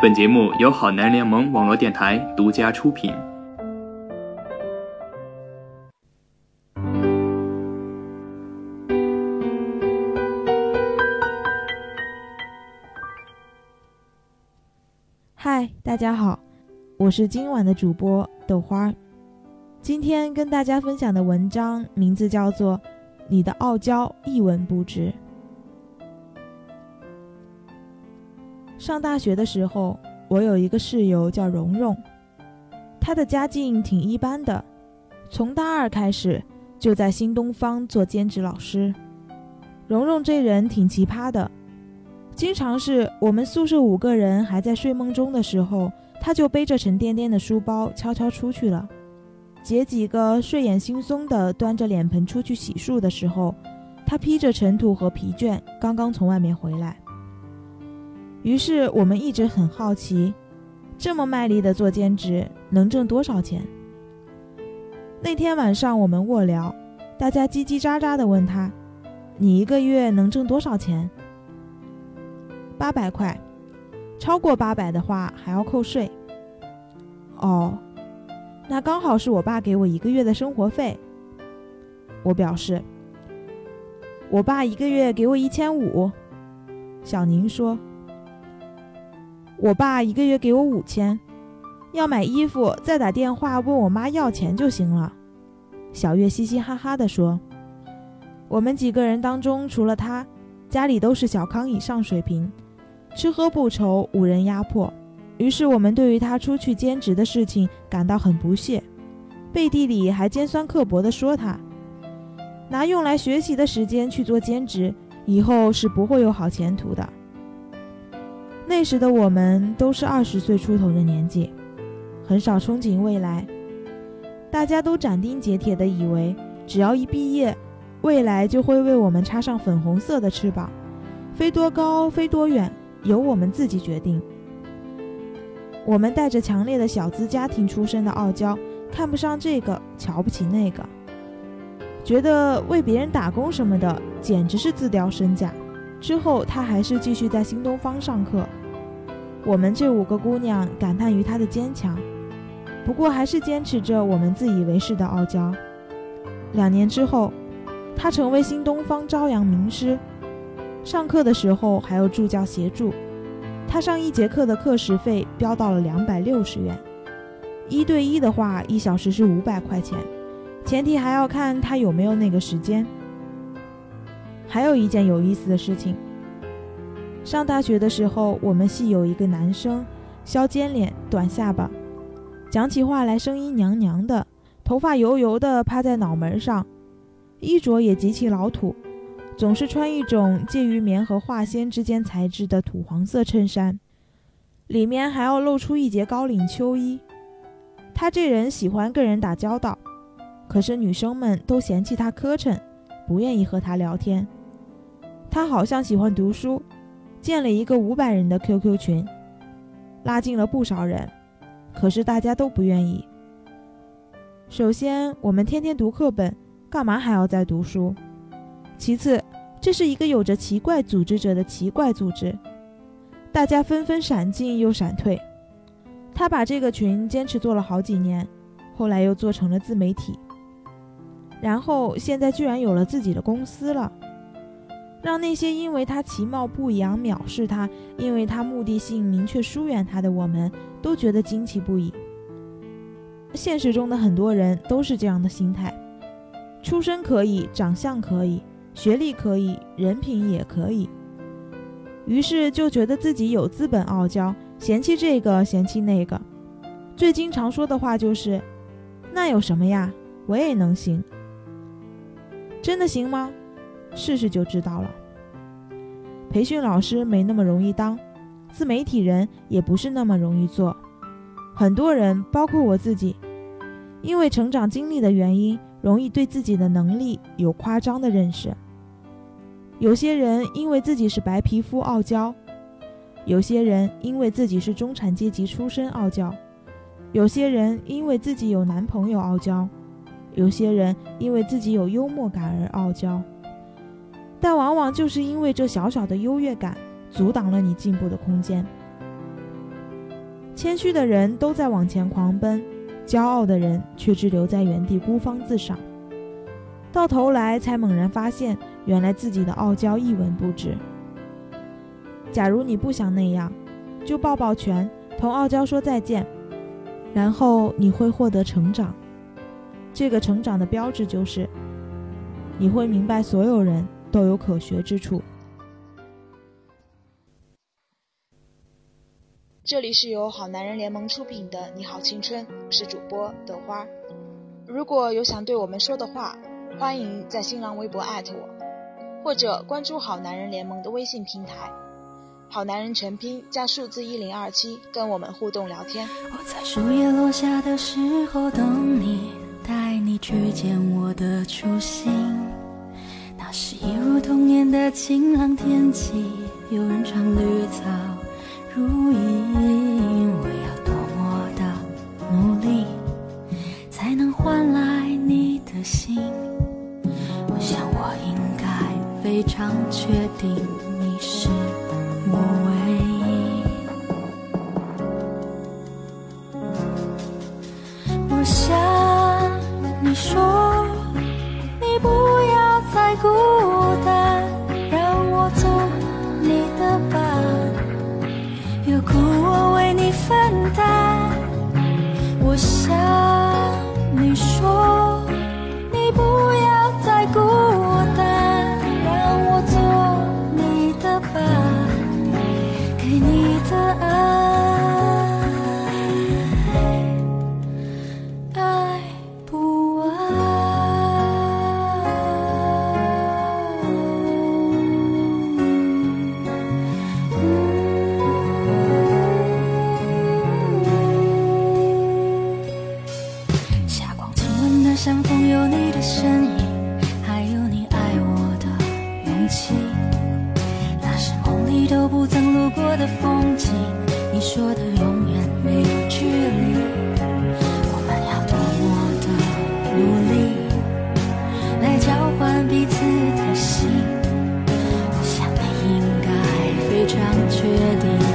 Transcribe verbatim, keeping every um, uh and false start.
本节目由好男联盟网络电台独家出品。 嗨，大家好，我是今晚的主播豆花。今天跟大家分享的文章名字叫做《你的傲娇一文不值》。上大学的时候，我有一个室友叫蓉蓉，她的家境挺一般的，从大二开始就在新东方做兼职老师。蓉蓉这人挺奇葩的，经常是我们宿舍五个人还在睡梦中的时候，她就背着沉甸甸的书包悄悄出去了。姐几个睡眼惺忪地端着脸盆出去洗漱的时候，她披着尘土和疲倦刚刚从外面回来。于是我们一直很好奇，这么卖力的做兼职能挣多少钱？那天晚上我们卧聊，大家叽叽喳喳地问他，你一个月能挣多少钱？八百块，超过八百的话还要扣税。哦，那刚好是我爸给我一个月的生活费。我表示，我爸一个月给我一千五。小宁说，我爸一个月给我五千，要买衣服再打电话问我妈要钱就行了。小月嘻嘻哈哈地说，我们几个人当中除了他，家里都是小康以上水平，吃喝不愁，无人压迫。于是我们对于他出去兼职的事情感到很不屑，背地里还尖酸刻薄地说他，拿用来学习的时间去做兼职，以后是不会有好前途的。那时的我们都是二十岁出头的年纪，很少憧憬未来，大家都斩钉截铁地以为，只要一毕业，未来就会为我们插上粉红色的翅膀，飞多高飞多远，由我们自己决定。我们带着强烈的小资家庭出身的傲娇，看不上这个，瞧不起那个，觉得为别人打工什么的简直是自掉身价。之后他还是继续在新东方上课，我们这五个姑娘感叹于他的坚强，不过还是坚持着我们自以为是的傲娇。两年之后，他成为新东方朝阳名师，上课的时候还有助教协助，他上一节课的课时费飙到了两百六十元，一对一的话一小时是五百块钱，前提还要看他有没有那个时间。还有一件有意思的事情，上大学的时候，我们系有一个男生，削尖脸，短下巴，讲起话来声音娘娘的，头发油油的趴在脑门上，衣着也极其老土，总是穿一种介于棉和化纤之间材质的土黄色衬衫，里面还要露出一截高领秋衣。他这人喜欢跟人打交道，可是女生们都嫌弃他磕碜，不愿意和他聊天。他好像喜欢读书，建了一个五百人的 Q Q 群，拉进了不少人，可是大家都不愿意。首先，我们天天读课本，干嘛还要再读书？其次，这是一个有着奇怪组织者的奇怪组织，大家纷纷闪进又闪退。他把这个群坚持做了好几年，后来又做成了自媒体，然后现在居然有了自己的公司了，让那些因为他其貌不扬藐视他，因为他目的性明确疏远他的我们都觉得惊奇不已。现实中的很多人都是这样的心态，出身可以，长相可以，学历可以，人品也可以，于是就觉得自己有资本傲娇，嫌弃这个嫌弃那个，最经常说的话就是那有什么呀，我也能行。真的行吗？试试就知道了。培训老师没那么容易当，自媒体人也不是那么容易做。很多人，包括我自己，因为成长经历的原因，容易对自己的能力有夸张的认识。有些人因为自己是白皮肤傲娇，有些人因为自己是中产阶级出身傲娇，有些人因为自己有男朋友傲娇，有些人因为自己有幽默感而傲娇。但往往就是因为这小小的优越感，阻挡了你进步的空间。 谦虚的人都在往前狂奔，骄傲的人却只留在原地孤芳自赏，到头来才猛然发现，原来自己的傲娇一文不值。假如你不想那样，就抱抱拳，同傲娇说再见，然后你会获得成长。这个成长的标志就是，你会明白所有人都有可学之处。 这里是由好男人联盟出品的《你好青春》，我是主播豆花。如果有想对我们说的话，欢迎在新浪微博艾特我，或者关注好男人联盟的微信平台，好男人全拼加数字一零二七，跟我们互动聊天。 我在树叶落下的时候等你，带你去见我的初心。那是一如童年的晴朗天气，有人唱绿草如茵，我要多么的努力，才能换来你的心。我想我应该非常确定你是我唯一。我想你说你不要再孤单，让我做你的伴，有苦我为你分担。我想你说你不要再孤单，让我做你的伴，给你的爱，爱不完。相逢有你的身影，还有你爱我的勇气，那是梦里都不曾路过的风景。你说的永远没有距离，我们要多么的努力来交换彼此的心。我想你应该非常确定